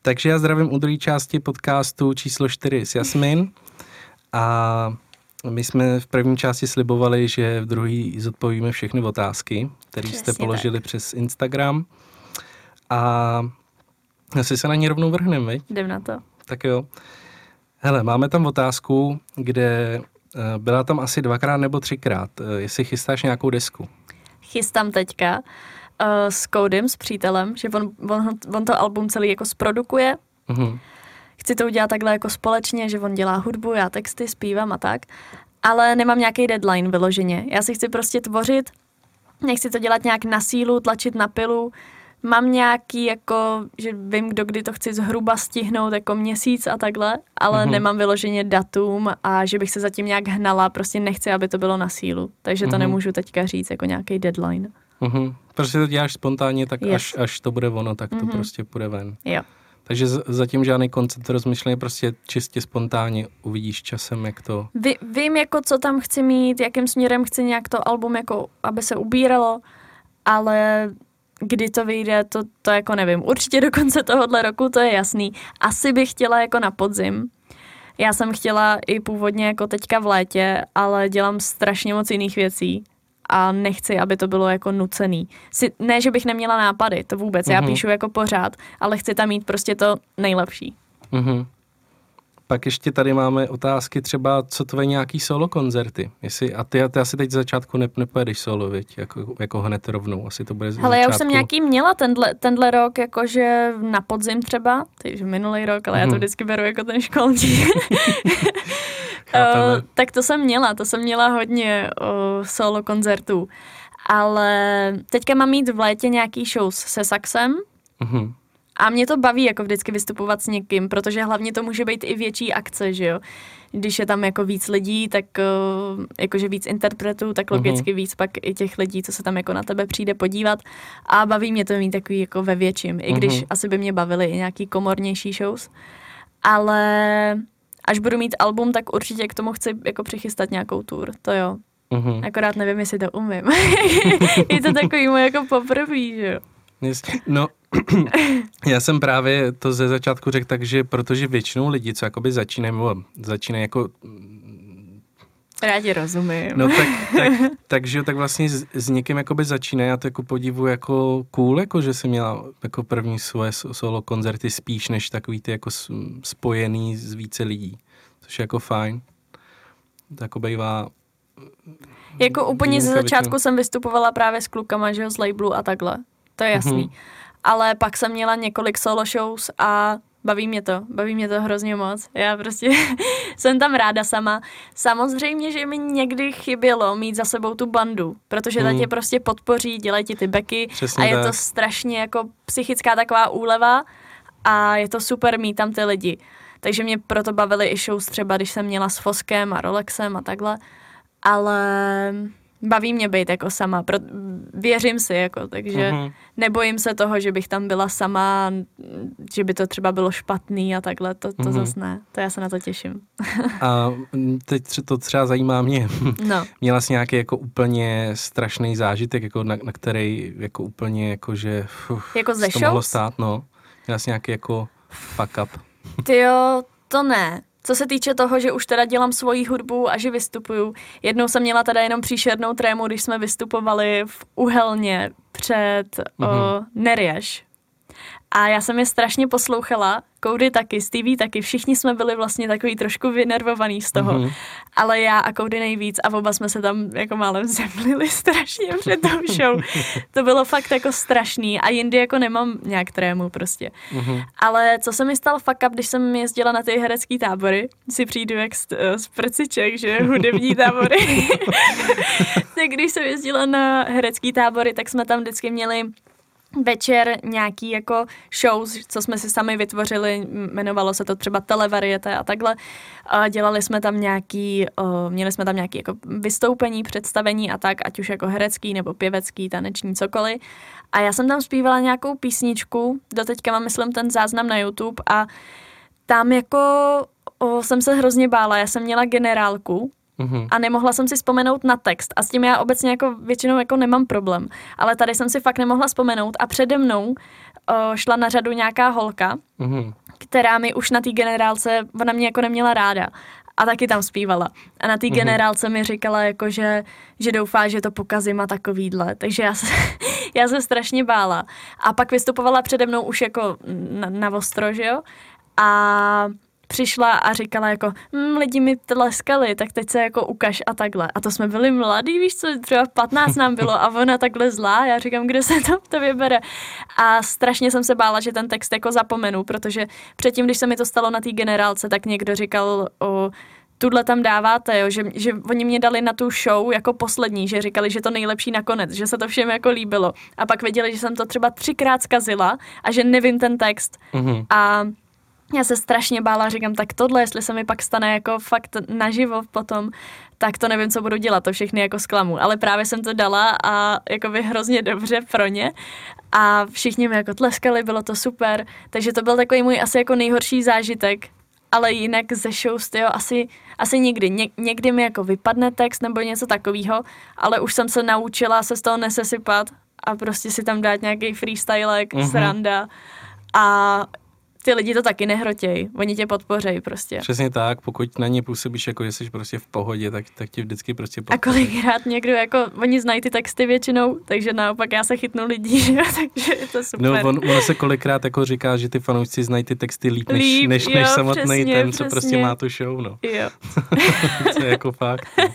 Takže já zdravím u druhé části podcastu číslo 4 s Jasmin. A my jsme v první části slibovali, že v druhé zodpovíme všechny otázky, které jste položili přes Instagram. A asi se na ně rovnou vrhneme, viď? Jdem na to. Tak jo. Hele, máme tam otázku, kde byla tam asi 2x nebo 3x. Jestli chystáš nějakou desku? Chystám teďka s Codym, s přítelem, že on to album celý jako zprodukuje. Mhm. Chci to udělat takhle jako společně, že on dělá hudbu, já texty, zpívám a tak. Ale nemám nějaký deadline vyloženě. Já si chci prostě tvořit, nechci to dělat nějak na sílu, tlačit na pilu. Mám nějaký jako, že vím, kdy to chci zhruba stihnout, jako měsíc a takhle, ale nemám vyloženě datum a že bych se zatím nějak hnala, prostě nechci, aby to bylo na sílu. Takže to nemůžu teďka říct jako nějaký deadline. Prostě to děláš spontánně, tak až to bude ono, tak to prostě půjde ven. Jo. Takže zatím žádný koncept rozmyšlený, prostě čistě spontánně uvidíš časem, jak to... Vím, jako co tam chci mít, jakým směrem chci nějak to album, jako aby se ubíralo, ale kdy to vyjde, to jako nevím. Určitě do konce tohohle roku, to je jasný. Asi bych chtěla jako na podzim. Já jsem chtěla i původně jako teďka v létě, ale dělám strašně moc jiných věcí a nechci, aby to bylo jako nucený. Ne, že bych neměla nápady, to vůbec. Já píšu jako pořád, ale chci tam mít prostě to nejlepší. Pak ještě tady máme otázky třeba, co tvoje nějaký solo koncerty. A ty asi teď z začátku nepojedeš solo, viď? Jako hned rovnou, asi to bude z začátku. Hele, já už jsem nějaký měla tenhle rok, jakože na podzim třeba, takže minulý rok, ale já to vždycky beru jako ten školní. Tak to jsem měla hodně solo koncertů, ale teďka mám mít v létě nějaký shows se saxem. A mě to baví jako vždycky vystupovat s někým, protože hlavně to může být i větší akce, že jo. Když je tam jako víc lidí, tak jakože víc interpretů, tak logicky víc pak i těch lidí, co se tam jako na tebe přijde podívat. A baví mě to mít takový jako ve větším, i když asi by mě bavily i nějaký komornější shows. Ale až budu mít album, tak určitě k tomu chci jako přichystat nějakou tour, to jo. Akorát nevím, jestli to umím. Je to takový můj jako poprvý, že jo. No, já jsem právě to ze začátku řekl tak, že protože většinou lidi, co jakoby začínají jako... Rádi rozumím. No takže tak vlastně s někým jakoby začínají, já to jako podivu jako cool, jako že jsi měla jako první svoje solo koncerty spíš než takový ty jako spojený z více lidí, což je jako fajn. To jako bývá... Jako úplně ze začátku jsem vystupovala právě s klukama, že jo, z labelu a takhle. To je jasný. Ale pak jsem měla několik solo shows a baví mě to hrozně moc. Já prostě jsem tam ráda sama. Samozřejmě, že mi někdy chybělo mít za sebou tu bandu, protože ta tě prostě podpoří, dělají ti ty backy. Přesně a je tak. to strašně jako psychická taková úleva a je to super mít tam ty lidi. Takže mě proto bavily i shows třeba, když jsem měla s Foskem a Rolexem a takhle. Ale... baví mě být jako sama, věřím si, jako, takže nebojím se toho, že bych tam byla sama, že by to třeba bylo špatný a takhle, to zas ne, to já se na to těším. A teď to třeba zajímá mě. No. Měla jsi nějaký jako úplně strašný zážitek, jako na který jako úplně jako, že jako ze to mohlo shows? stát, no. Měla jsi nějaký jako fuck up. Tyjo, to ne. Co se týče toho, že už teda dělám svoji hudbu a že vystupuju, jednou jsem měla teda jenom příšernou trému, když jsme vystupovali v Uhelně před Nerieš. A já jsem je strašně poslouchala, Cody taky, Stevie taky, všichni jsme byli vlastně takový trošku vynervovaný z toho, ale já a Cody nejvíc a oba jsme se tam jako málem zemlili strašně před tou show. To bylo fakt jako strašný a jindy jako nemám nějak trému prostě. Ale co se mi stal fuck up, když jsem jezdila na ty herecký tábory, si přijdu jak z prciček, že hudební tábory. Tak když jsem jezdila na herecký tábory, tak jsme tam vždycky měli večer nějaký jako shows, co jsme si sami vytvořili, jmenovalo se to třeba Televariete a takhle. Dělali jsme tam měli jsme tam nějaké jako vystoupení, představení a tak, ať už jako herecký nebo pěvecký, taneční, cokoliv. A já jsem tam zpívala nějakou písničku, doteďka mám, myslím, ten záznam na YouTube a tam jako jsem se hrozně bála, já jsem měla generálku, a nemohla jsem si vzpomenout na text a s tím já obecně jako většinou jako nemám problém, ale tady jsem si fakt nemohla vzpomenout a přede mnou šla na řadu nějaká holka, která mi už na té generálce, ona mě jako neměla ráda. A taky tam zpívala. A na té generálce mi říkala, jako, že doufá, že to pokazím a takovýhle. Takže já se strašně bála. A pak vystupovala přede mnou už jako na ostro, že jo? A přišla a říkala jako, lidi mi tleskali, tak teď se jako ukaž a takhle. A to jsme byli mladí, víš co, třeba 15 nám bylo a ona takhle zlá. Já říkám, kde se to vybere. A strašně jsem se bála, že ten text jako zapomenu, protože předtím, když se mi to stalo na té generálce, tak někdo říkal tuhle tam dáváte, jo, že oni mě dali na tu show jako poslední, že říkali, že to nejlepší nakonec, že se to všem jako líbilo. A pak věděli, že jsem to třeba 3krát zkazila a že nevím ten text. A já se strašně bála, říkám, tak tohle, jestli se mi pak stane jako fakt naživo potom, tak to nevím, co budu dělat, to všechny jako zklamu. Ale právě jsem to dala a jako by hrozně dobře pro ně a všichni mi jako tleskali, bylo to super, takže to byl takový můj asi jako nejhorší zážitek, ale jinak ze shows, jo, asi nikdy. Někdy mi jako vypadne text nebo něco takového, ale už jsem se naučila se z toho nesesypat a prostě si tam dát nějaký freestylek, sranda a ty lidi to taky nehrotěj, oni tě podpořejí prostě. Přesně tak, pokud na ně působíš jako, že jsi prostě v pohodě, tak tě vždycky prostě podpoří. A kolikrát někdo jako, oni znají ty texty většinou, takže naopak já se chytnu lidí, že jo, takže je to super. No, ono se kolikrát jako říká, že ty fanoušci znají ty texty líp než samotný ten, co prostě má tu show, no. Jo. To je jako fakt, no.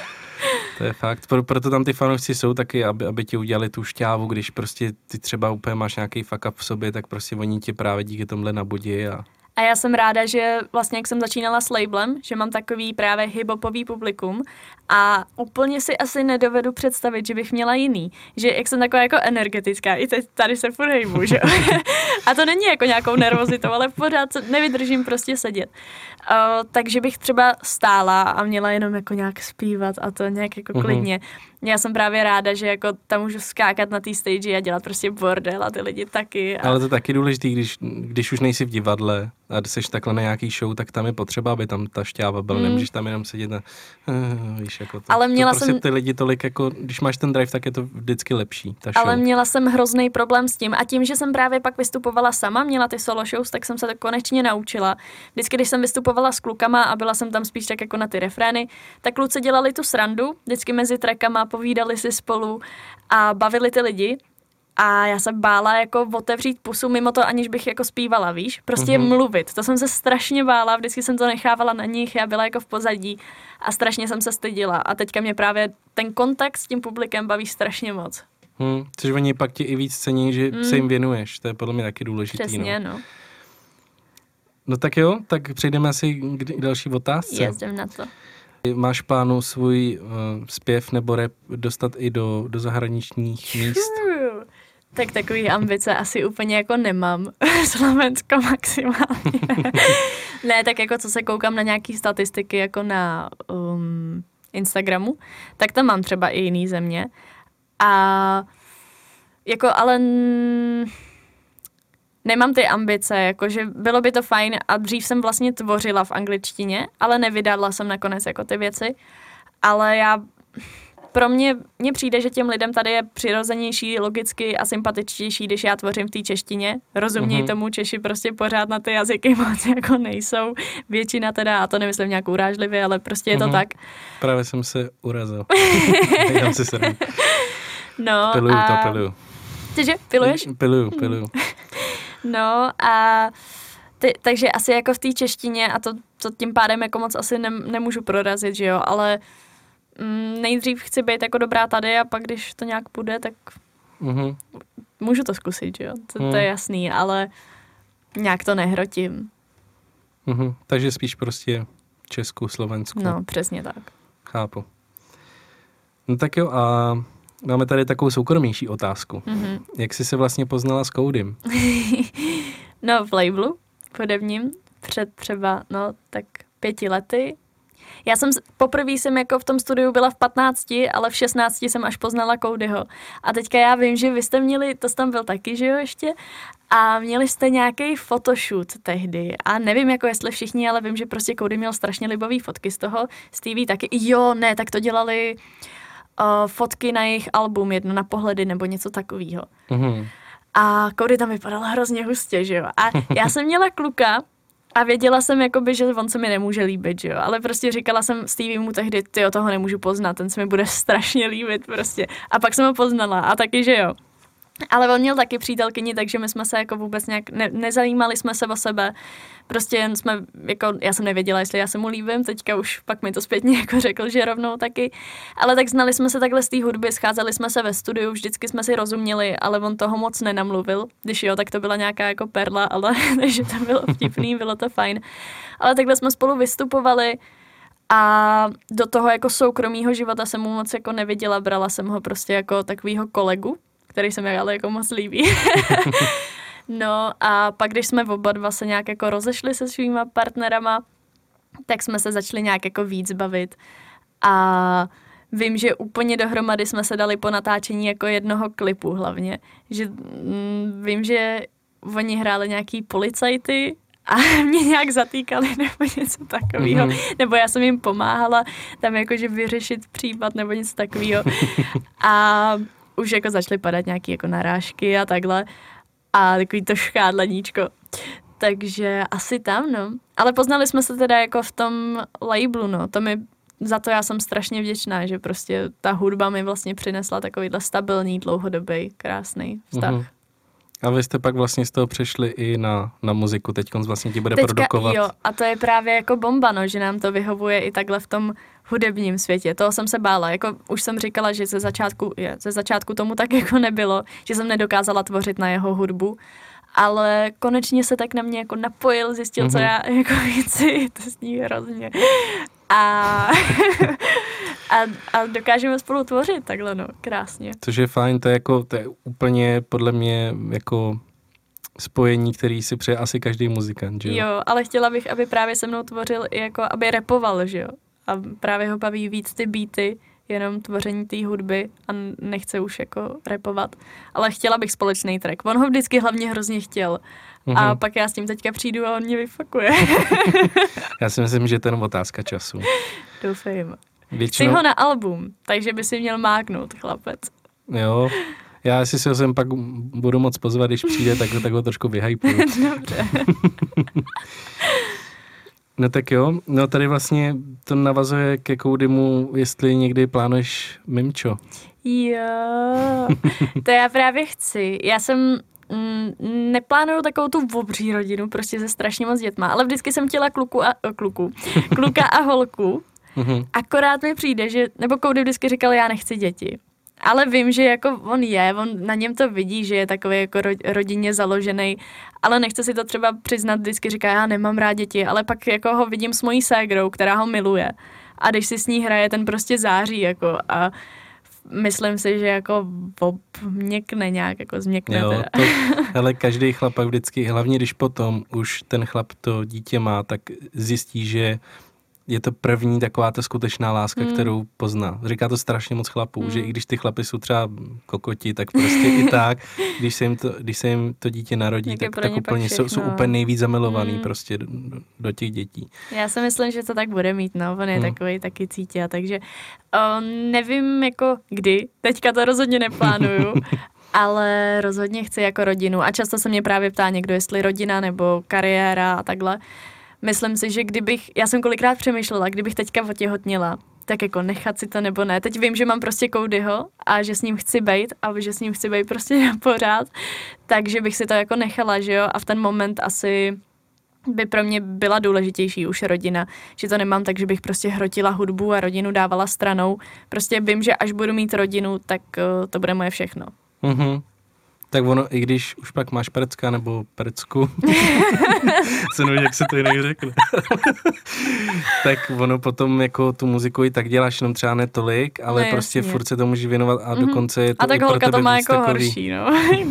To je fakt. Proto tam ty fanoušci jsou taky, aby ti udělali tu šťávu, když prostě ty třeba úplně máš nějaký fuck up v sobě, tak prostě oni tě právě díky tomhle nabudí A já jsem ráda, že vlastně jak jsem začínala s labelem, že mám takový právě hip-hopový publikum a úplně si asi nedovedu představit, že bych měla jiný. Že jak jsem taková jako energetická, i teď tady se furt hejbu, že a to není jako nějakou nervozitou, ale pořád nevydržím prostě sedět. Takže bych třeba stála a měla jenom jako nějak zpívat a to nějak jako klidně. Já jsem právě ráda, že jako tam můžu skákat na té stage a dělat prostě bordel a ty lidi taky. Ale to je taky důležitý, když už nejsi v divadle a seš takhle na nějaký show, tak tam je potřeba, aby tam ta šťáva byla. Nemůžeš tam jenom sedět a víš, jako to. Ale měla to prostě ty lidi tolik, jako když máš ten drive, tak je to vždycky lepší, ta show. Ale měla jsem hrozný problém s tím a tím, že jsem právě pak vystupovala sama, měla ty solo shows, tak jsem se to konečně naučila. Vždycky, když jsem vystupovala s klukama a byla jsem tam spíš tak jako na ty refrény, tak kluci dělali tu srandu, vždycky mezi trackama povídali si spolu a bavili ty lidi. A já se bála jako otevřít pusu mimo to, aniž bych jako zpívala, víš? Prostě mluvit. To jsem se strašně bála, vždycky jsem to nechávala na nich, já byla jako v pozadí a strašně jsem se stydila. A teďka mě právě ten kontakt s tím publikem baví strašně moc. Což oni pak ti i víc cení, že se jim věnuješ. To je podle mě taky důležitý. Přesně, no. No tak jo, tak přejdeme asi k další otázce. Jezdím na to. Máš plánu svůj zpěv nebo rap dostat i do zahraničních míst? Tak takový ambice asi úplně jako nemám. Slovensko maximálně. Ne, tak jako co se koukám na nějaký statistiky jako na Instagramu, tak tam mám třeba i jiný země. A jako ale nemám ty ambice, jakože bylo by to fajn a dřív jsem vlastně tvořila v angličtině, ale nevydala jsem nakonec jako ty věci. Ale pro mě přijde, že těm lidem tady je přirozenější, logicky a sympatičtější, když já tvořím v té češtině. Rozuměj tomu, Češi prostě pořád na ty jazyky moc jako nejsou. Většina teda, a to nemyslím nějak urážlivě, ale prostě je to tak. Právě jsem se urazil. No Piluju. Tyže, piluješ? Piluju. No a takže asi jako v té češtině a to tím pádem jako moc asi nemůžu prorazit, že jo, ale nejdřív chci být jako dobrá tady a pak když to nějak půjde, tak můžu to zkusit, že jo, to je jasný, ale nějak to nehrotím. Takže spíš prostě Česku, Slovensku. No, přesně tak. Chápu. No tak jo, a máme tady takovou soukromější otázku. Jak jsi se vlastně poznala s Koudym? No, v labelu hudebním před třeba, tak 5 lety. Poprvé jsem jako v tom studiu byla v 15, ale v 16 jsem až poznala Koudyho. A teďka já vím, že vy jste měli, to tam byl taky, že jo, ještě, a měli jste nějaký photoshoot tehdy. A nevím, jako jestli všichni, ale vím, že prostě Koudy měl strašně libový fotky z toho. Stevie taky. Jo, ne, tak to dělali fotky na jejich album, jedno na pohledy nebo něco takového. A Cody tam vypadal hrozně hustě, že jo. A já jsem měla kluka a věděla jsem, jakoby, že on se mi nemůže líbit, že jo. Ale prostě říkala jsem Stevie mu tehdy, tyjo, toho nemůžu poznat, ten se mi bude strašně líbit prostě. A pak jsem ho poznala a taky, že jo. Ale on měl taky přítelkyni, takže my jsme se jako vůbec nějak nezajímali jsme se o sebe. Prostě jen jsme, jako, já jsem nevěděla, jestli já se mu líbím, teďka už pak mi to zpětně jako řekl, že rovnou taky. Ale tak znali jsme se takhle z té hudby, scházeli jsme se ve studiu, vždycky jsme si rozuměli, ale on toho moc nenamluvil. Když jo, tak to byla nějaká jako perla, ale takže to bylo vtipný, bylo to fajn. Ale takhle jsme spolu vystupovali a do toho jako soukromýho života jsem mu moc jako neviděla, brala jsem ho prostě jako takovýho kolegu, který se mi ale jako moc líbí. No a pak, když jsme oba dva se nějak jako rozešli se svýma partnerama, tak jsme se začali nějak jako víc bavit. A vím, že úplně dohromady jsme se dali po natáčení jako jednoho klipu hlavně. Že vím, že oni hráli nějaký policajty a mě nějak zatýkali nebo něco takového. Nebo já jsem jim pomáhala tam jakože vyřešit případ nebo něco takového. A už jako začaly padat nějaké jako narážky a takhle. A takový to škádlaníčko. Takže asi tam, no. Ale poznali jsme se teda jako v tom labelu, no. Za to já jsem strašně vděčná, že prostě ta hudba mi vlastně přinesla takovýhle stabilní, dlouhodobý, krásný vztah. A vy jste pak vlastně z toho přešli i na muziku, teď vlastně ti bude produkovat. Jo, a to je právě jako bomba, no, že nám to vyhovuje i takhle v tom hudebním světě. Toho jsem se bála, jako už jsem říkala, že ze začátku tomu tak jako nebylo, že jsem nedokázala tvořit na jeho hudbu, ale konečně se tak na mě jako napojil, zjistil, co já jako chci, to zní hrozně. A dokážeme spolu tvořit takhle, no, krásně. Což je fajn, to je úplně podle mě jako spojení, který si přeje asi každý muzikant, že jo? Jo, ale chtěla bych, aby právě se mnou tvořil i jako, aby rapoval, že jo? A právě ho baví víc ty beaty, jenom tvoření té hudby a nechce už jako rapovat. Ale chtěla bych společný track. On ho vždycky hlavně hrozně chtěl. A pak já s tím teďka přijdu a on mě vyfakuje. Já si myslím, že to je jenom otázka času. Doufejme. Chci ho na album, takže by si měl máknout, chlapec. Jo, já jestli si ho sem pak budu moc pozvat, když přijde, tak ho trošku vyhypuju. Dobře. No tak jo, no tady vlastně to navazuje ke Codymu, jestli někdy plánuješ mimčo. Jo, to já právě chci. Já jsem neplánuju takovou tu obří rodinu, prostě se strašně moc dětma, ale vždycky jsem chtěla kluka a holku. Akorát mi přijde, že, nebo Cody vždycky říkal, já nechci děti. Ale vím, že jako on na něm to vidí, že je takový jako rodině založený, ale nechce si to třeba přiznat, vždycky říká, já nemám rád děti, ale pak jako ho vidím s mojí ségrou, která ho miluje. A když si s ní hraje, ten prostě září jako a myslím si, že jako obměkne nějak, jako změkne. Jo, hele, každý chlap vždycky, hlavně když potom už ten chlap to dítě má, tak zjistí, že je to první taková ta skutečná láska, kterou pozná. Říká to strašně moc chlapů, že i když ty chlapy jsou třeba kokoti, tak prostě i tak, když se jim to dítě narodí, tak úplně jsou úplně nejvíc zamilovaný prostě do těch dětí. Já si myslím, že to tak bude mít, no, on je takovej taky cítě, takže nevím jako kdy, teďka to rozhodně neplánuju, ale rozhodně chci jako rodinu a často se mě právě ptá někdo, jestli rodina nebo kariéra a takhle. Myslím si, že já jsem kolikrát přemýšlela, kdybych teďka otěhotněla, tak jako nechat si to nebo ne. Teď vím, že mám prostě Codyho a že s ním chci bejt a že s ním chci bejt prostě pořád, takže bych si to jako nechala, že jo, a v ten moment asi by pro mě byla důležitější už rodina, že to nemám tak, že bych prostě hrotila hudbu a rodinu dávala stranou. Prostě vím, že až budu mít rodinu, tak to bude moje všechno. Tak ono, i když už pak máš Perecka nebo Perecku, se nevím, jak se to jinak řekne, tak ono potom jako tu muziku i tak děláš jenom třeba ne tolik, ale no, prostě furt se to můžeš věnovat a dokonce je to a tak i pro tebe to má jako takový... horší, no.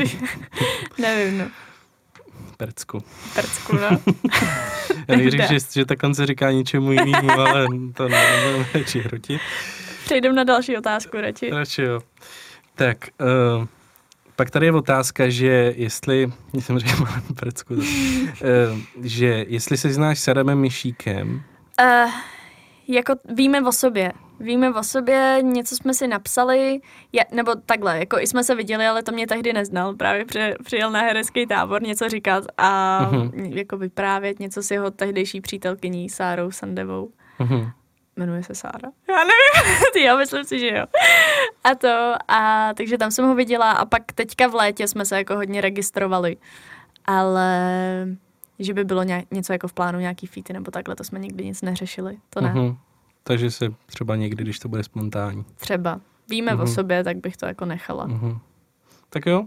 Nevím, no. Perecku, no. Já nevěřím, že takhle se říká ničemu jinému, ale to nebudeme radši hrotit. Přejdeme na další otázku radši. Radši jo. Tak, pak tady je otázka, že jestli, jsem říkal Perecku, že jestli se znáš s Adamem Mišíkem. jako víme o sobě, něco jsme si napsali, nebo takhle, jako i jsme se viděli, ale to mě tehdy neznal, právě přijel na herecký tábor něco říkat a jako vyprávět něco s jeho tehdejší přítelkyní Sárou Sandevou. Jmenuje se Sára? Já nevím, já myslím si, že jo. Takže tam jsem ho viděla a pak teďka v létě jsme se jako hodně registrovali, ale že by bylo něco jako v plánu, nějaký featy nebo takhle, to jsme nikdy nic neřešili, to ne. Takže se třeba někdy, když to bude spontánní. Třeba. Víme o sobě, tak bych to jako nechala. Tak jo.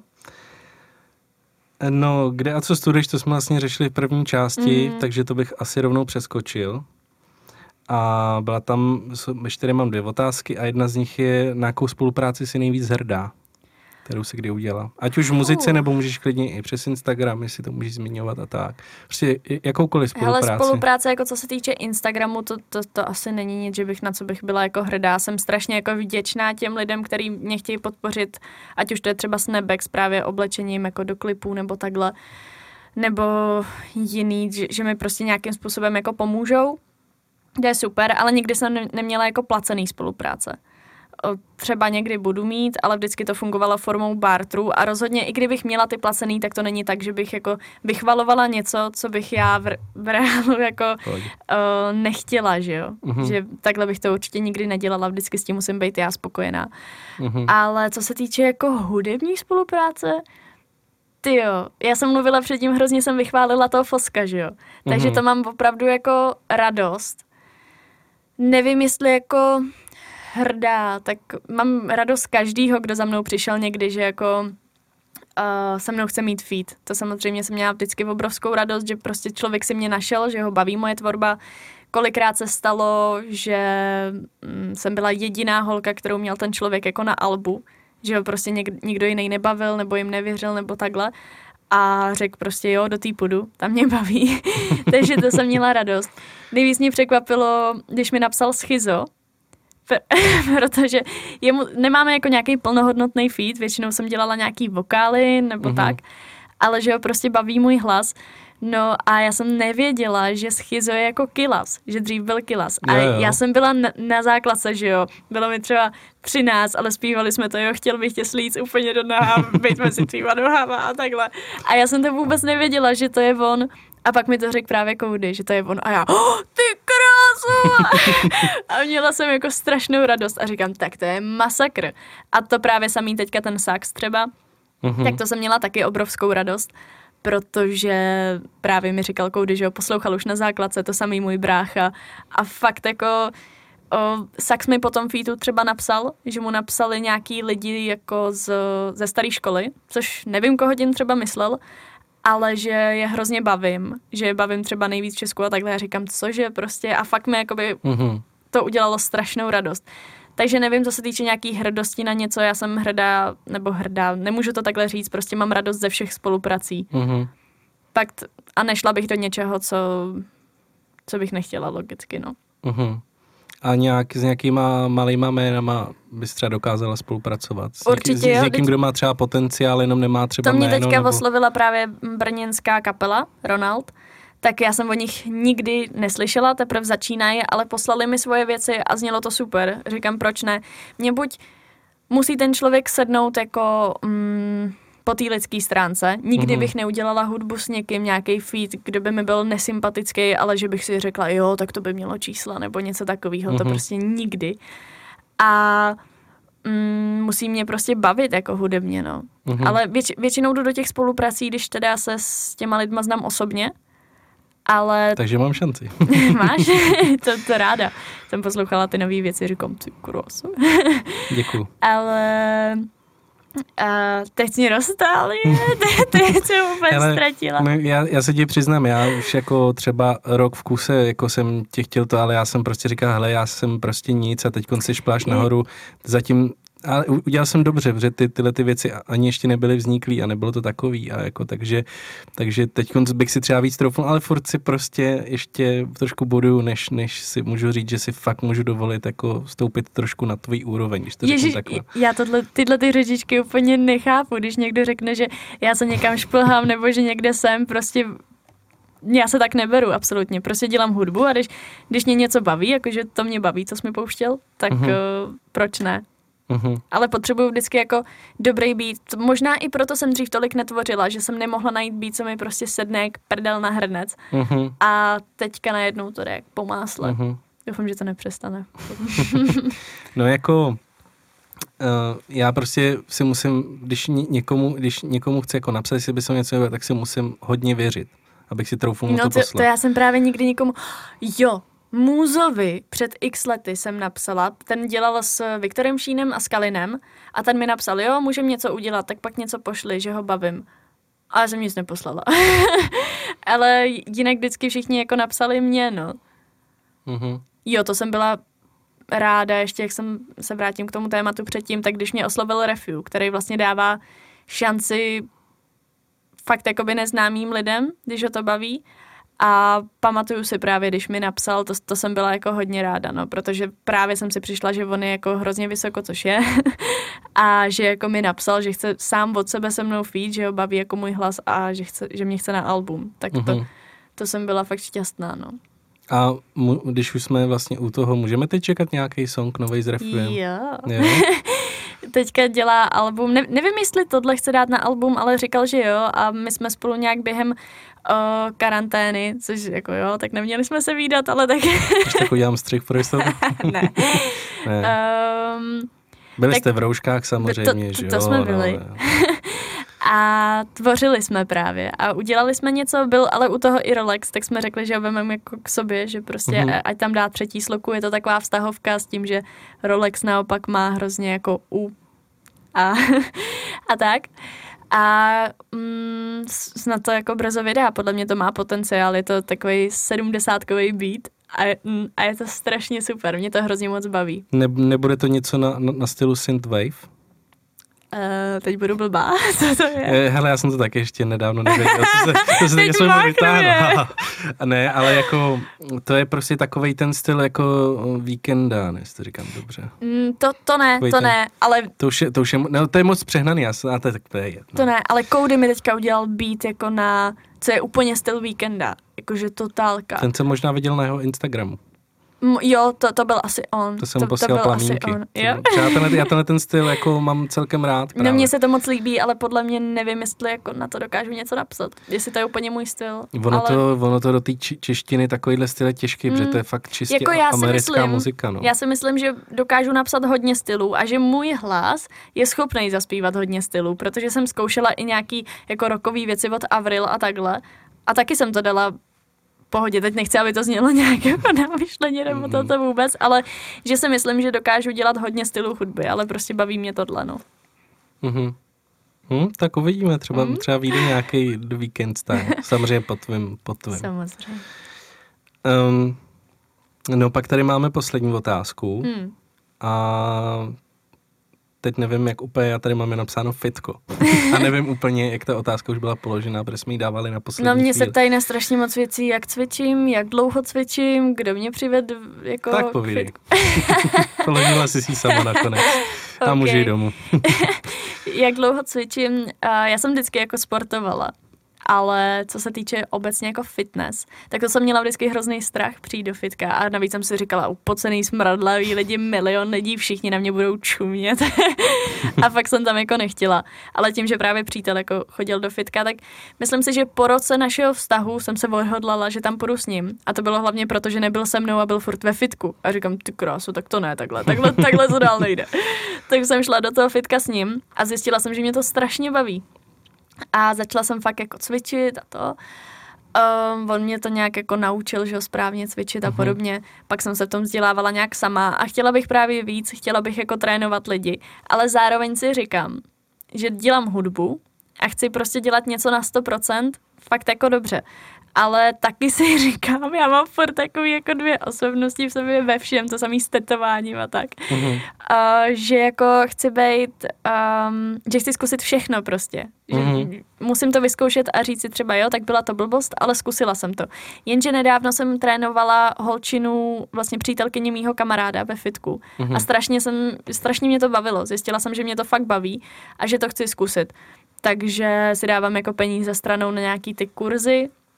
No, kde a co studuješ, to jsme vlastně řešili v první části, takže to bych asi rovnou přeskočil. A byla tam, ještě mám 2 otázky a jedna z nich je, na jakou spolupráci si nejvíc hrdá, kterou si kdy udělala. Ať už v muzice, nebo můžeš klidně i přes Instagram, jestli to můžeš zmiňovat a tak. Prostě jakoukoliv spolupráci. Hele, spolupráce, jako co se týče Instagramu, to asi není nic, že bych na co bych byla jako hrdá. Jsem strašně jako vděčná těm lidem, kteří mě chtějí podpořit, ať už to je třeba Snapex právě oblečením jako do klipů nebo takhle, nebo jiný, že mi prostě nějakým způsobem jako pomůžou. To je super, ale nikdy jsem neměla jako placený spolupráce. Třeba někdy budu mít, ale vždycky to fungovalo formou barteru a rozhodně i kdybych měla ty placený, tak to není tak, že bych jako vychvalovala něco, co bych já v reálu jako nechtěla, že jo. Že takhle bych to určitě nikdy nedělala, vždycky s tím musím být já spokojená. Ale co se týče jako hudební spolupráce, tyjo, já jsem mluvila předtím, hrozně jsem vychválila toho Foska, že jo. Takže to mám opravdu jako radost. Nevím, jestli jako hrdá, tak mám radost každýho, kdo za mnou přišel někdy, že jako se mnou chce mít feat. To samozřejmě jsem měla vždycky obrovskou radost, že prostě člověk si mě našel, že ho baví moje tvorba. Kolikrát se stalo, že jsem byla jediná holka, kterou měl ten člověk jako na albu, že ho prostě nikdo jiný nebavil, nebo jim nevěřil, nebo takhle. A řekl prostě jo, do té půjdu, tam mě baví. Takže to jsem měla radost. Nejvíc mě překvapilo, když mi napsal Schizo, protože nemáme jako nějaký plnohodnotný feat, většinou jsem dělala nějaký vokály nebo tak, ale že ho prostě baví můj hlas. No a já jsem nevěděla, že Schizo je jako Kylas, že dřív byl Kylas. A já jsem byla na základce, že jo, bylo mi třeba 13, ale zpívali jsme to, jo, chtěl bych tě slíct úplně do noha, být mezi tvýma nohama a takhle. A já jsem to vůbec nevěděla, že to je on. A pak mi to řekl právě Cody, že to je on. A já, ty krásu! A měla jsem jako strašnou radost a říkám, tak to je masakr. A to právě samý teďka ten sax třeba, tak to jsem měla taky obrovskou radost. Protože právě mi říkal Cody, že ho poslouchal už na základce, to samý můj brácha. A fakt jako sax mi po tom featu třeba napsal, že mu napsali nějaký lidi jako ze staré školy, což nevím, koho tím třeba myslel, ale že je hrozně bavím, že je bavím třeba nejvíc v Česku a takhle. Já říkám, cože prostě a fakt mi jakoby to udělalo strašnou radost. Takže nevím, co se týče nějaký hrdosti na něco, já jsem hrdá, nemůžu to takhle říct, prostě mám radost ze všech spoluprací. Fakt a nešla bych do něčeho, co bych nechtěla logicky, no. A s nějakýma malýma jménama bys třeba dokázala spolupracovat? Určitě jo. S někým, kdo má třeba potenciál, jenom nemá třeba jméno? To mě teďka nebo... oslovila právě brněnská kapela, Ronald. Tak já jsem o nich nikdy neslyšela, teprve začínají, ale poslali mi svoje věci a znělo to super. Říkám, proč ne? Mně buď musí ten člověk sednout jako po té lidské stránce. Nikdy bych neudělala hudbu s někým, nějaký feat, kdo by mi byl nesympatický, ale že bych si řekla, jo, tak to by mělo čísla nebo něco takového. To prostě nikdy. A musí mě prostě bavit jako hudebně, no. Ale většinou jdu do těch spoluprací, když teda se s těma lidma znám osobně. Ale... Takže mám šanci. Máš? to ráda. Jsem poslouchala ty nový věci, říkám, ty kruasu. Děkuju. Ale teď mě roztáli, teď jsem úplně ztratila. Já se ti přiznám, já už jako třeba rok v kuse, jako jsem tě chtěl to, ale já jsem prostě říkal, hele, já jsem prostě nic a teď si špláš nahoru, zatím. Ale udělal jsem dobře, protože tyhle ty věci ani ještě nebyly vzniklý a nebylo to takový a jako takže teď bych si třeba víc troufnul, ale furt si prostě ještě trošku boduju, než si můžu říct, že si fakt můžu dovolit jako stoupit trošku na tvůj úroveň, když to řeknu takhle. Já tyhle ty řečičky úplně nechápu, když někdo řekne, že já se někam šplhám nebo že někde jsem, prostě já se tak neberu absolutně. Prostě dělám hudbu a když mě něco baví, jakože to mě baví, co jsi mi pouštěl, tak proč ne? Ale potřebuju vždycky jako dobrý beat. Možná i proto jsem dřív tolik netvořila, že jsem nemohla najít beat, co mi prostě sedne jak prdel na hrnec. A teďka najednou to jde jak po másle. Doufám, že to nepřestane. No jako já prostě si musím, když někomu chci jako napsat, jestli by se něco nevěděl, tak si musím hodně věřit, abych si troufl mu to poslal. To já jsem právě nikdy nikomu... Jo, Můzovi před x lety jsem napsala, ten dělal s Viktorem Šínem a s Kalinem a ten mi napsal, jo, můžem něco udělat, tak pak něco pošli, že ho bavím. A já jsem nic neposlala. Ale jinak vždycky všichni jako napsali mě, no. Jo, to jsem byla ráda, ještě jak jsem se vrátím k tomu tématu předtím, tak když mě oslovil Refu, který vlastně dává šanci fakt jakoby neznámým lidem, když ho to baví. A pamatuju si právě, když mi napsal, to jsem byla jako hodně ráda, no, protože právě jsem si přišla, že on je jako hrozně vysoko, což je, a že jako mi napsal, že chce sám od sebe se mnou feat, že ho baví jako můj hlas a že mě chce na album, tak to jsem byla fakt šťastná, no. A když už jsme vlastně u toho, můžeme teď čekat nějaký song novej s Refem? Jo. Teďka dělá album, nevím, jestli tohle chce dát na album, ale říkal, že jo, a my jsme spolu nějak během karantény, což jako jo, tak neměli jsme se vídat, ale tak... Tak udělám střih pro jistotu? Ne. Byli jste v rouškách samozřejmě, že jo? To jsme byli. No. A tvořili jsme právě a udělali jsme něco, byl ale u toho i Rolex, tak jsme řekli, že ho vememe jako k sobě, že prostě ať tam dá třetí sloku, je to taková vztahovka s tím, že Rolex naopak má hrozně jako a tak. A snad to jako brzo vydá, podle mě to má potenciál, je to takový 70kový beat a je to strašně super, mě to hrozně moc baví. Nebude to něco na stylu synthwave? Teď budu blbá, co to je? Hele, já jsem to taky ještě nedávno nevěděl, to se teď vytáhnu. Ne, ale jako, to je prostě takovej ten styl jako Víkenda, ne, to říkám dobře. To ne, ale... To už je, no, to je moc přehnaný, to je jedno. To ne, ale Cody mi teďka udělal beat jako co je úplně styl Víkenda, jakože totálka. Ten jsem možná viděl na jeho Instagramu. Jo, to byl asi on. To jsem posílal plamínky. Já tenhle ten styl jako mám celkem rád. No mně se to moc líbí, ale podle mě nevím, jestli jako na to dokážu něco napsat. Jestli to je úplně můj styl. Ono to do té češtiny takovýhle styl je těžký, protože to je fakt čistě jako americká muzika. No. Já si myslím, že dokážu napsat hodně stylů a že můj hlas je schopný zaspívat hodně stylů, protože jsem zkoušela i nějaký jako rockový věci od Avril a takhle. A taky jsem to dala pohodě, teď nechci, aby to znělo nějak jako námyšleně nebo toto vůbec, ale že si myslím, že dokážu dělat hodně stylů hudby, ale prostě baví mě tohle, no. Tak uvidíme, třeba vyjde nějaký The Weeknd style, samozřejmě po tvým. Samozřejmě. No pak tady máme poslední otázku a teď nevím, jak úplně, já tady máme napsáno fitko. A nevím úplně, jak ta otázka už byla položena, protože jsme ji dávali na poslední chvíli. Mě se ptají na strašně moc věcí, jak cvičím, jak dlouho cvičím, kdo mě přived jako... Tak povídej. Položila jsi si sama nakonec. A můžu jít domů. Jak dlouho cvičím? Já jsem vždycky jako sportovala. Ale co se týče obecně jako fitness, tak to jsem měla vždycky hrozný strach přijít do fitka a navíc jsem si říkala, upocený smradlavý lidi, milion lidí, všichni na mě budou čumět a fakt jsem tam jako nechtěla. Ale tím, že právě přítel jako chodil do fitka, tak myslím si, že po roce našeho vztahu jsem se odhodlala, že tam půjdu s ním a to bylo hlavně proto, že nebyl se mnou a byl furt ve fitku a říkám, ty krásu, tak to ne, takhle to dál nejde. Tak jsem šla do toho fitka s ním a zjistila jsem, že mě to strašně baví. A začala jsem fakt jako cvičit a to. On mě to nějak jako naučil, že ho správně cvičit a podobně. Pak jsem se v tom vzdělávala nějak sama a chtěla bych právě víc, chtěla bych jako trénovat lidi. Ale zároveň si říkám, že dělám hudbu a chci prostě dělat něco na 100%, fakt jako dobře. Ale taky si říkám, já mám furt takový jako dvě osobnosti v sobě ve všem, to samý s tetováním a tak. Že jako chci být, že chci zkusit všechno prostě. Že musím to vyzkoušet a říct si třeba jo, tak byla to blbost, ale zkusila jsem to. Jenže nedávno jsem trénovala holčinu, vlastně přítelkyni mýho kamaráda ve fitku. A strašně mě to bavilo. Zjistila jsem, že mě to fakt baví a že to chci zkusit. Takže si dávám jako peníze stranou na nějaký ty kurzy.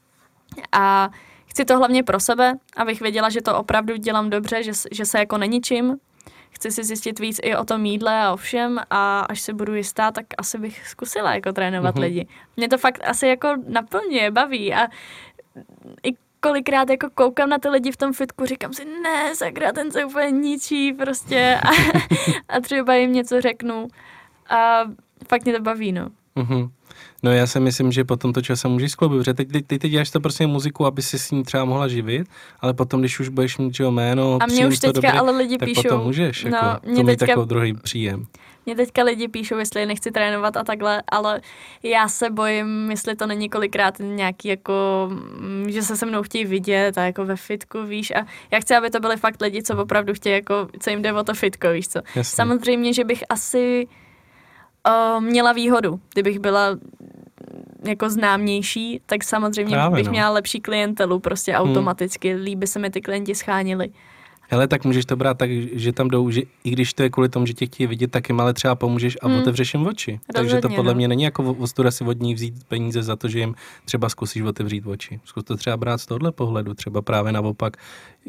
A chci to hlavně pro sebe, abych věděla, že to opravdu dělám dobře, že se jako neničím. Chci si zjistit víc i o tom jídle a o všem a až se budu jistá, tak asi bych zkusila jako trénovat lidi. Mě to fakt asi jako naplňuje, baví a i kolikrát jako koukám na ty lidi v tom fitku, říkám si, ne, sakra, ten se úplně ničí prostě a třeba jim něco řeknu a fakt mě to baví, no. No já si myslím, že potom to časem můžeš skloubit, protože ty děláš to prostě muziku, aby si s ní třeba mohla živit, ale potom, když už budeš mít jméno, a mě už teďka dobré, ale lidi tak píšou, potom můžeš, no, jako, to mít takový druhý příjem. Mě teďka lidi píšou, jestli nechci trénovat a takhle, ale já se bojím, jestli to není kolikrát nějaký jako, že se mnou chtějí vidět a jako ve fitku, víš, a já chci, aby to byly fakt lidi, co opravdu chtějí, jako, co jim jde o to fitko, víš co. Jasně. Samozřejmě, že bych asi měla výhodu, kdybych byla jako známější, tak samozřejmě právě, bych měla lepší klientelu prostě automaticky, líp by se mi ty klienti schánili. Hele, tak můžeš to brát tak, že tam jdou, že i když to je kvůli tomu, že tě chtějí vidět, tak jim ale třeba pomůžeš a otevřeš jim oči. Rozhodně, takže to podle mě není jako ostuda si od ní vzít peníze za to, že jim třeba zkusíš otevřít oči. Zkus to třeba brát z tohohle pohledu, třeba právě naopak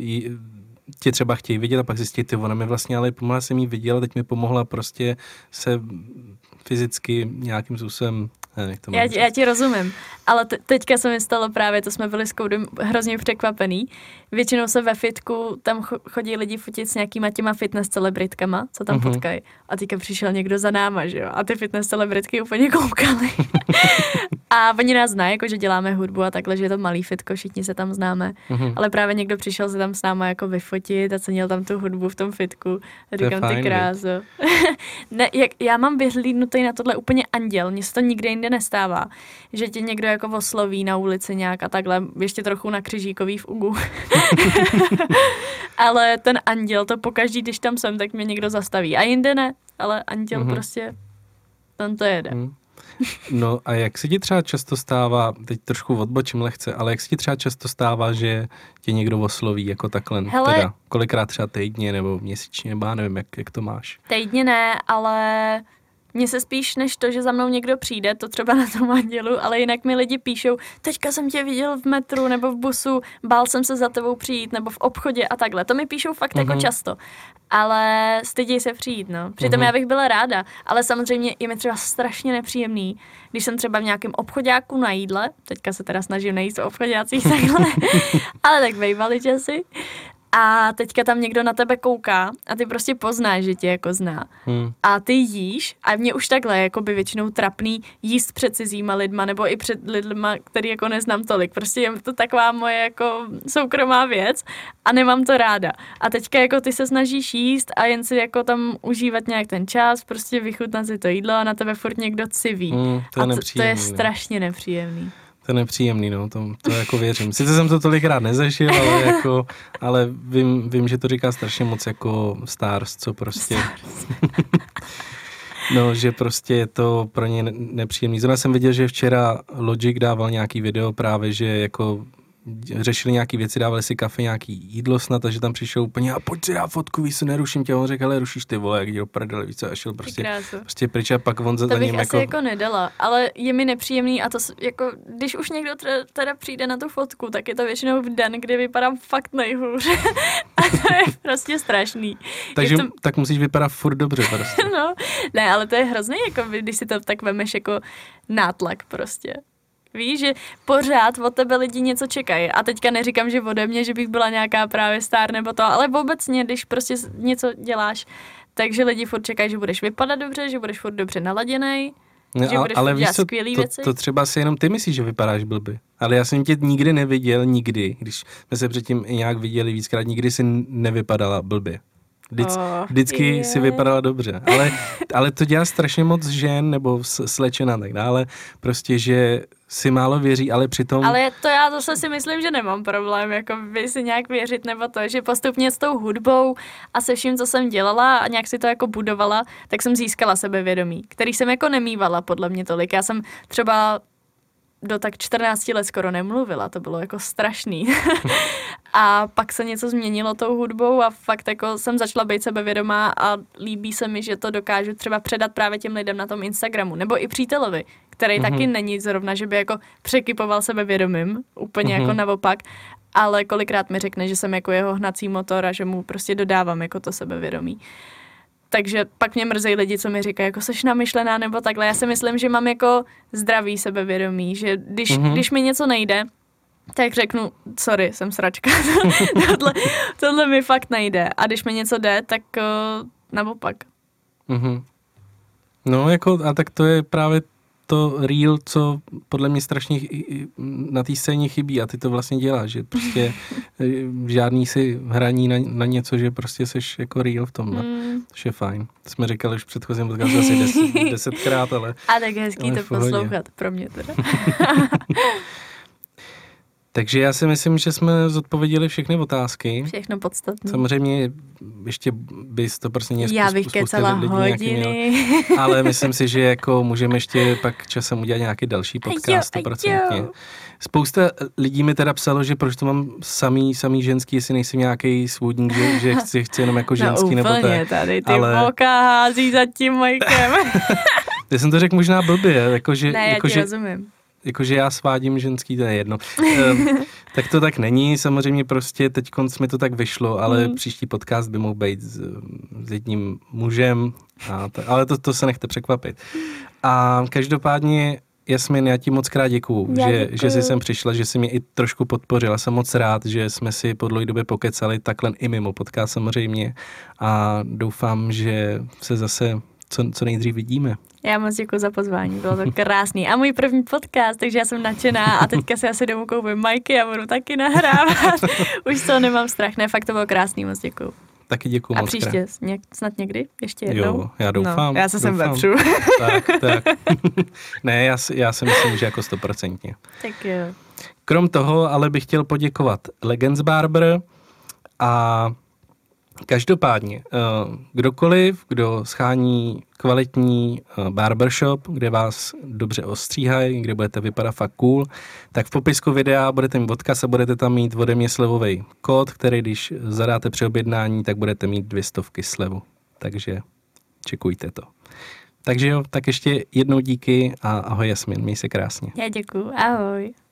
tě třeba chtějí vidět a pak zjistit, ty ona mi vlastně ale pomohla, jsem jí viděla, teď mi pomohla prostě se fyzicky nějakým způsobem. Já ti rozumím, ale teďka se mi stalo právě, to jsme byli s Koudem hrozně překvapený. Většinou se ve fitku tam chodí lidi fotit s nějakýma těma fitness celebritkama, co tam potkají. A teďka přišel někdo za náma, že jo? A ty fitness celebritky úplně koukali. A oni nás znají, jako že děláme hudbu a takhle, že je to malý fitko, všichni se tam známe. Ale právě někdo přišel se tam s náma jako vyfotit a cenil tam tu hudbu v tom fitku. Říkám, ty kráso. Ne, já mám vyhlídnutý na tohle úplně anděl, mně se to nikde jinde nestává, že tě někdo jako osloví na ulici nějak a takhle, ještě trochu na Křižíkový v Ugu. Ale ten anděl, to pokaždý, když tam jsem, tak mě někdo zastaví. A jinde ne, ale anděl prostě, tam to jede. No a jak se ti třeba často stává, teď trošku odbočím lehce, ale jak se ti třeba často stává, že tě někdo osloví jako takhle, teda kolikrát třeba týdně nebo měsíčně, nebo já nevím, jak to máš? Týdně ne, ale mně se spíš než to, že za mnou někdo přijde, to třeba na tom andělu, ale jinak mi lidi píšou, teďka jsem tě viděl v metru nebo v busu, bál jsem se za tebou přijít, nebo v obchodě a takhle. To mi píšou fakt jako často, ale stydí se přijít, no. Přitom já bych byla ráda, ale samozřejmě je mi třeba strašně nepříjemný, když jsem třeba v nějakém obchodáku na jídle, teďka se teda snažím nejíst v obchodácích takhle, ale tak bývaly časy. A teďka tam někdo na tebe kouká a ty prostě poznáš, že tě jako zná. A ty jíš a mě už takhle jako by většinou trapný jíst před cizíma lidma nebo i před lidma, který jako neznám tolik. Prostě je to taková moje jako soukromá věc a nemám to ráda. A teďka jako ty se snažíš jíst a jen si jako tam užívat nějak ten čas, prostě vychutnat si to jídlo a na tebe furt někdo civí. To je strašně nepříjemný. To je nepříjemný, no, to jako věřím. Sice jsem to tolikrát nezažil, ale vím, že to říká strašně moc jako stars, co prostě... No, že prostě je to pro ně nepříjemný. Zrovna jsem viděl, že včera Logic dával nějaký video právě, že jako řešili nějaký věci, dávali si kafe, nějaký jídlo snad, takže tam přišel úplně a pojď si dát fotku, víš, neruším tě. On řekl, ale rušíš ty vole, jak jde do prdele, víc a šel prostě pryč a pak on za ním jako... To bych asi jako nedala, ale je mi nepříjemný a to jako, když už někdo teda přijde na tu fotku, tak je to většinou v den, kdy vypadám fakt nejhůř. A to je prostě strašný. Takže tak musíš vypadat furt dobře prostě. No, ne, ale to je hrozný, jako když si to tak vemeš jako nátlak prostě. Víš, že pořád od tebe lidi něco čekají. A teďka neříkám, že ode mě, že bych byla nějaká právě star nebo to, ale obecně, když prostě něco děláš, takže lidi furt čekají, že budeš vypadat dobře, že budeš furt dobře naladěnej, že budeš ale dělat skvělý věci. To třeba si jenom ty myslíš, že vypadáš blbě. Ale já jsem tě nikdy neviděl, když jsme se předtím i nějak viděli víckrát, nikdy si nevypadala blbě. Vždycky si vypadala dobře. Ale to dělá strašně moc žen nebo slečen a tak dále. Prostě, že si málo věří, ale přitom... Ale to já zase si myslím, že nemám problém, jako by si nějak věřit nebo to, že postupně s tou hudbou a se vším, co jsem dělala a nějak si to jako budovala, tak jsem získala sebevědomí, který jsem jako nemývala podle mě tolik. Já jsem třeba do tak 14 let skoro nemluvila, to bylo jako strašný. A pak se něco změnilo tou hudbou a fakt jako jsem začala být sebevědomá a líbí se mi, že to dokážu třeba předat právě těm lidem na tom Instagramu, nebo i přítelovi, který taky není zrovna, že by jako překypoval sebevědomím, úplně jako naopak, ale kolikrát mi řekne, že jsem jako jeho hnací motor a že mu prostě dodávám jako to sebevědomí. Takže pak mě mrzejí lidi, co mi říkají, jako seš namyšlená nebo takhle. Já si myslím, že mám jako zdravý sebevědomí, že když mi něco nejde, tak řeknu, sorry, jsem sračka. tohle mi fakt nejde. A když mi něco jde, tak naopak. No jako, a tak to je právě to real, co podle mě strašně na té scéně chybí a ty to vlastně děláš, že prostě žádný si hraní na něco, že prostě seš jako real v tom, což je fajn. Jsme říkali už v předchozím podcastu asi 10krát, ale... A tak hezký to poslouchat, pro mě teda. Takže já si myslím, že jsme zodpověděli všechny otázky. Všechno podstatné. Samozřejmě ještě bys to prostě něco já bych kecala hodiny. Ale myslím si, že jako můžeme ještě pak časem udělat nějaký další podcast, 100%. Spousta lidí mi teda psalo, že proč to mám samý ženský, jestli nejsem nějaký svůdník, že chci jenom jako ženský nebo tak. No tady ty voka hází za tím Majkem. Já jsem to řekl možná blbě. Jakože, ne, já ti rozumím. Jakože já svádím ženský, to je jedno. Tak to tak není, samozřejmě prostě teďkonc mi to tak vyšlo, ale příští podcast by mohl být s jedním mužem, ale to se nechte překvapit. A každopádně, Jasmin, já ti moc krát děkuju, že jsi sem přišla, že jsi mě i trošku podpořila. Jsem moc rád, že jsme si po dlouhé době pokecali takhle i mimo podcast samozřejmě a doufám, že se zase co nejdřív vidíme. Já moc děkuji za pozvání, bylo to krásný. A můj první podcast, takže já jsem nadšená a teďka si asi domů koupím majky a budu taky nahrávat. Už to nemám strach, ne, fakt to bylo krásný, moc děkuji. Taky děkuji moc krát. A příště snad někdy? Ještě jednou? Jo, já doufám. No, já se sem vepřu. Tak. Ne, já si myslím, že jako 100%. Tak jo. Krom toho ale bych chtěl poděkovat Legends Barber a každopádně, kdokoliv, kdo schání kvalitní barbershop, kde vás dobře ostříhají, kde budete vypadat fakt cool, tak v popisku videa budete mít odkaz a budete tam mít ode mě slevový kód, který když zadáte při objednání, tak budete mít 200 slevu. Takže čekujte to. Takže jo, tak ještě jednou díky a ahoj Jasmin, měj se krásně. Já děkuju, ahoj.